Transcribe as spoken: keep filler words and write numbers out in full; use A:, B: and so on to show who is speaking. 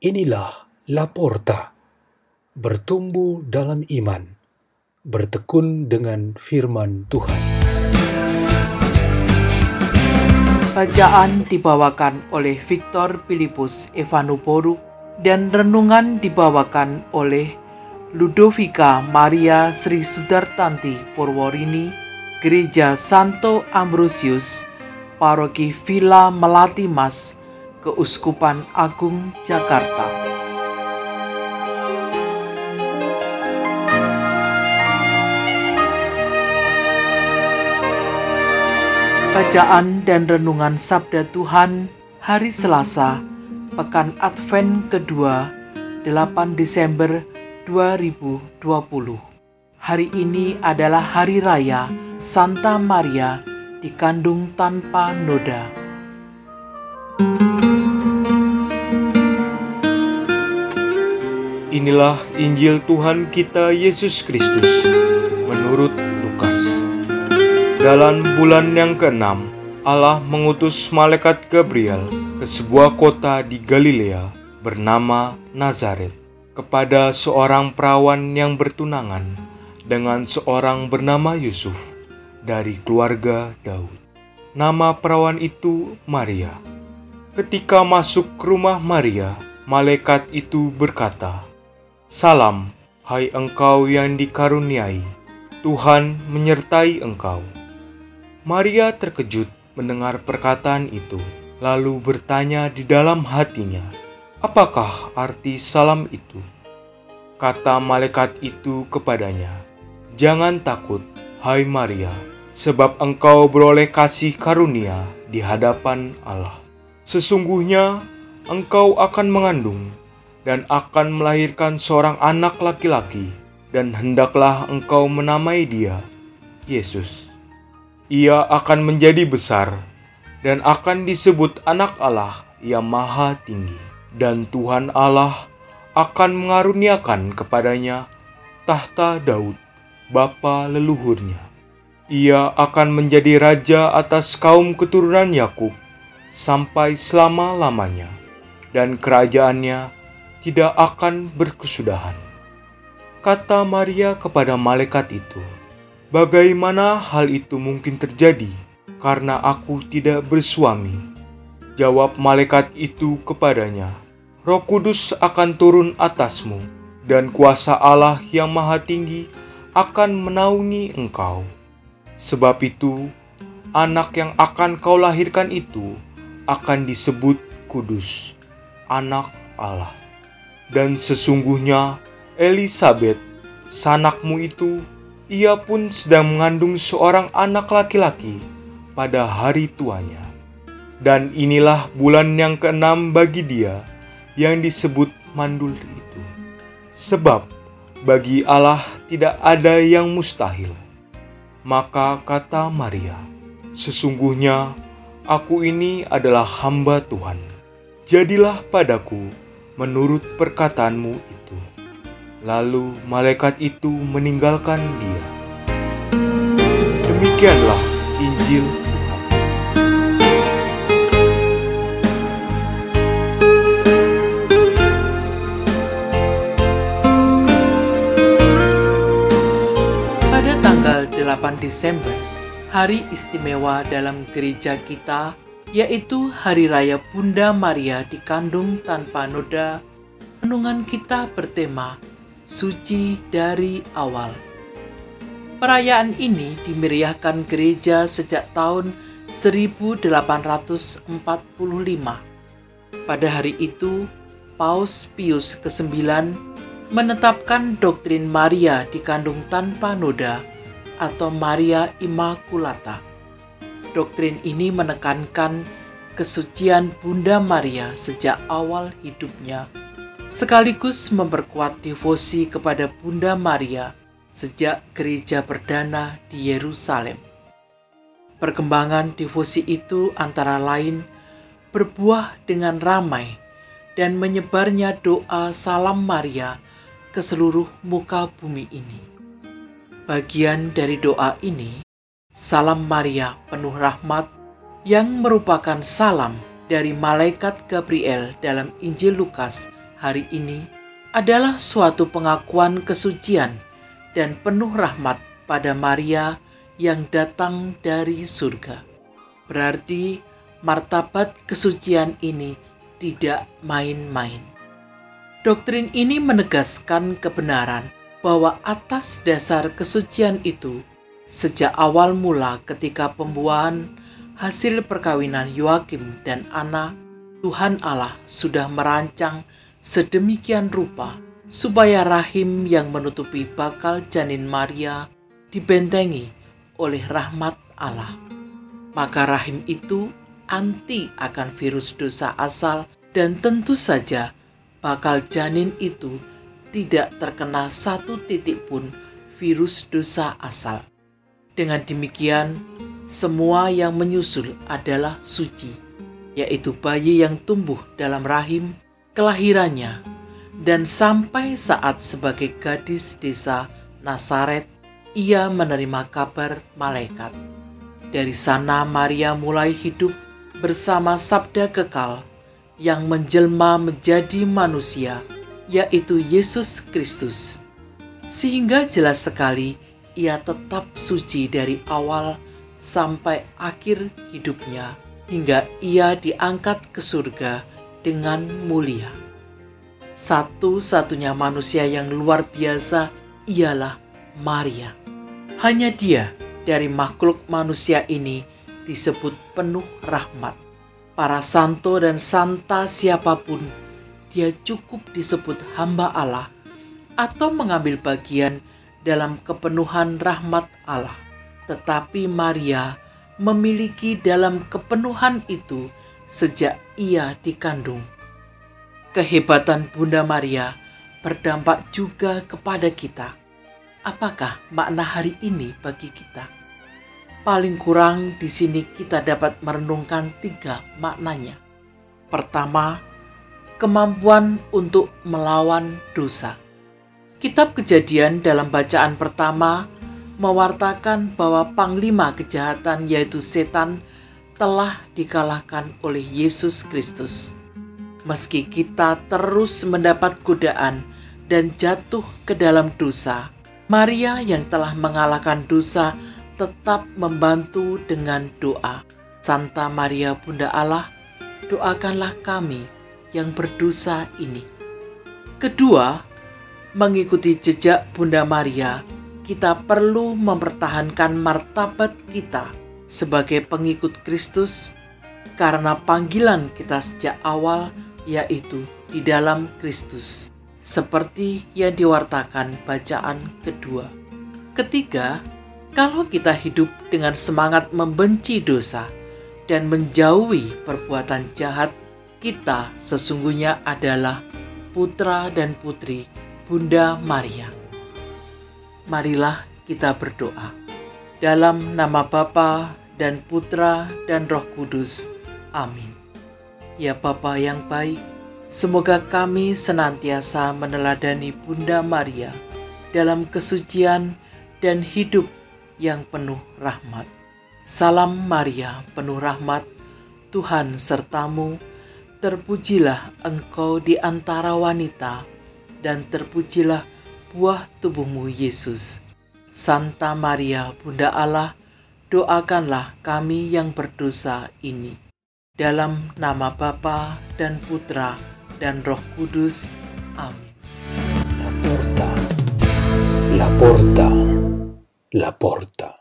A: Inilah Laporta, bertumbuh dalam iman, bertekun dengan firman Tuhan.
B: Bacaan dibawakan oleh Victor Philippus Evanuboru dan renungan dibawakan oleh Ludovika Maria Sri Sudartanti Purworini, Gereja Santo Ambrosius, Paroki Villa Melati Mas, Keuskupan Agung Jakarta. Bacaan dan renungan Sabda Tuhan hari Selasa, Pekan Advent kedua, delapan Desember dua ribu dua puluh. Hari ini adalah Hari Raya Santa Maria dikandung tanpa noda.
C: Inilah Injil Tuhan kita Yesus Kristus menurut Lukas. Dalam bulan yang keenam, Allah mengutus malaikat Gabriel ke sebuah kota di Galilea bernama Nazaret kepada seorang perawan yang bertunangan dengan seorang bernama Yusuf dari keluarga Daud. Nama perawan itu Maria. Ketika masuk ke rumah Maria, malaikat itu berkata, "Salam, hai engkau yang dikaruniai, Tuhan menyertai engkau." Maria terkejut mendengar perkataan itu, lalu bertanya di dalam hatinya, "Apakah arti salam itu?" Kata malaikat itu kepadanya, "Jangan takut, hai Maria, sebab engkau beroleh kasih karunia di hadapan Allah. Sesungguhnya engkau akan mengandung dan akan melahirkan seorang anak laki-laki, dan hendaklah engkau menamai dia Yesus. Ia akan menjadi besar dan akan disebut Anak Allah yang Maha Tinggi, dan Tuhan Allah akan mengaruniakan kepadanya tahta Daud, bapa leluhurnya. Ia akan menjadi raja atas kaum keturunan Yakub sampai selama-lamanya, dan kerajaannya tidak akan berkesudahan." Kata Maria kepada malaikat itu, "Bagaimana hal itu mungkin terjadi, karena aku tidak bersuami?" Jawab malaikat itu kepadanya, "Roh Kudus akan turun atasmu, dan kuasa Allah yang Maha Tinggi akan menaungi engkau. Sebab itu, anak yang akan kau lahirkan itu akan disebut kudus, Anak Allah. Dan sesungguhnya Elisabet, sanakmu itu, ia pun sedang mengandung seorang anak laki-laki pada hari tuanya. Dan inilah bulan yang keenam bagi dia yang disebut mandul itu. Sebab bagi Allah tidak ada yang mustahil." Maka kata Maria, "Sesungguhnya aku ini adalah hamba Tuhan. Jadilah padaku menurut perkataanmu itu." Lalu malaikat itu meninggalkan dia. Demikianlah Injil Tuhan.
B: Pada tanggal delapan Desember, hari istimewa dalam gereja kita, yaitu Hari Raya Bunda Maria dikandung tanpa noda, renungan kita bertema Suci dari Awal. Perayaan ini dimeriahkan gereja sejak tahun seribu delapan ratus empat puluh lima. Pada hari itu, Paus Pius kesembilan menetapkan doktrin Maria dikandung tanpa noda atau Maria Immaculata. Doktrin ini menekankan kesucian Bunda Maria sejak awal hidupnya, sekaligus memperkuat devosi kepada Bunda Maria sejak gereja perdana di Yerusalem. Perkembangan devosi itu antara lain berbuah dengan ramai dan menyebarnya doa Salam Maria ke seluruh muka bumi ini. Bagian dari doa ini, Salam Maria penuh rahmat, yang merupakan salam dari malaikat Gabriel dalam Injil Lukas hari ini adalah suatu pengakuan kesucian dan penuh rahmat pada Maria yang datang dari surga. Berarti martabat kesucian ini tidak main-main. Doktrin ini menegaskan kebenaran bahwa atas dasar kesucian itu, sejak awal mula ketika pembuahan hasil perkawinan Yoakim dan Anna, Tuhan Allah sudah merancang sedemikian rupa supaya rahim yang menutupi bakal janin Maria dibentengi oleh rahmat Allah. Maka rahim itu anti akan virus dosa asal dan tentu saja bakal janin itu tidak terkena satu titik pun virus dosa asal. Dengan demikian, semua yang menyusul adalah suci, yaitu bayi yang tumbuh dalam rahim, kelahirannya, dan sampai saat sebagai gadis desa Nazaret, ia menerima kabar malaikat. Dari sana Maria mulai hidup bersama Sabda kekal yang menjelma menjadi manusia, yaitu Yesus Kristus. Sehingga jelas sekali ia tetap suci dari awal sampai akhir hidupnya, hingga ia diangkat ke surga dengan mulia. Satu-satunya manusia yang luar biasa ialah Maria. Hanya dia dari makhluk manusia ini disebut penuh rahmat. Para santo dan santa siapapun, dia cukup disebut hamba Allah atau mengambil bagian dalam kepenuhan rahmat Allah. Tetapi Maria memiliki dalam kepenuhan itu sejak ia dikandung. Kehebatan Bunda Maria berdampak juga kepada kita. Apakah makna hari ini bagi kita? Paling kurang di sini kita dapat merenungkan tiga maknanya. Pertama, kemampuan untuk melawan dosa. Kitab Kejadian dalam bacaan pertama mewartakan bahwa panglima kejahatan yaitu setan telah dikalahkan oleh Yesus Kristus. Meski kita terus mendapat godaan dan jatuh ke dalam dosa, Maria yang telah mengalahkan dosa tetap membantu dengan doa. Santa Maria Bunda Allah, doakanlah kami yang berdosa ini. Kedua, mengikuti jejak Bunda Maria, kita perlu mempertahankan martabat kita sebagai pengikut Kristus karena panggilan kita sejak awal yaitu di dalam Kristus, seperti yang diwartakan bacaan kedua. Ketiga, kalau kita hidup dengan semangat membenci dosa dan menjauhi perbuatan jahat, kita sesungguhnya adalah putra dan putri Bunda Maria. Marilah kita berdoa. Dalam nama Bapa dan Putra dan Roh Kudus. Amin. Ya Bapa yang baik, semoga kami senantiasa meneladani Bunda Maria dalam kesucian dan hidup yang penuh rahmat. Salam Maria, penuh rahmat, Tuhan sertamu, terpujilah engkau di antara wanita, dan terpujilah buah tubuhmu Yesus. Santa Maria, Bunda Allah, doakanlah kami yang berdosa ini. Dalam nama Bapa dan Putra dan Roh Kudus. Amin.
A: La porta, la porta, la porta.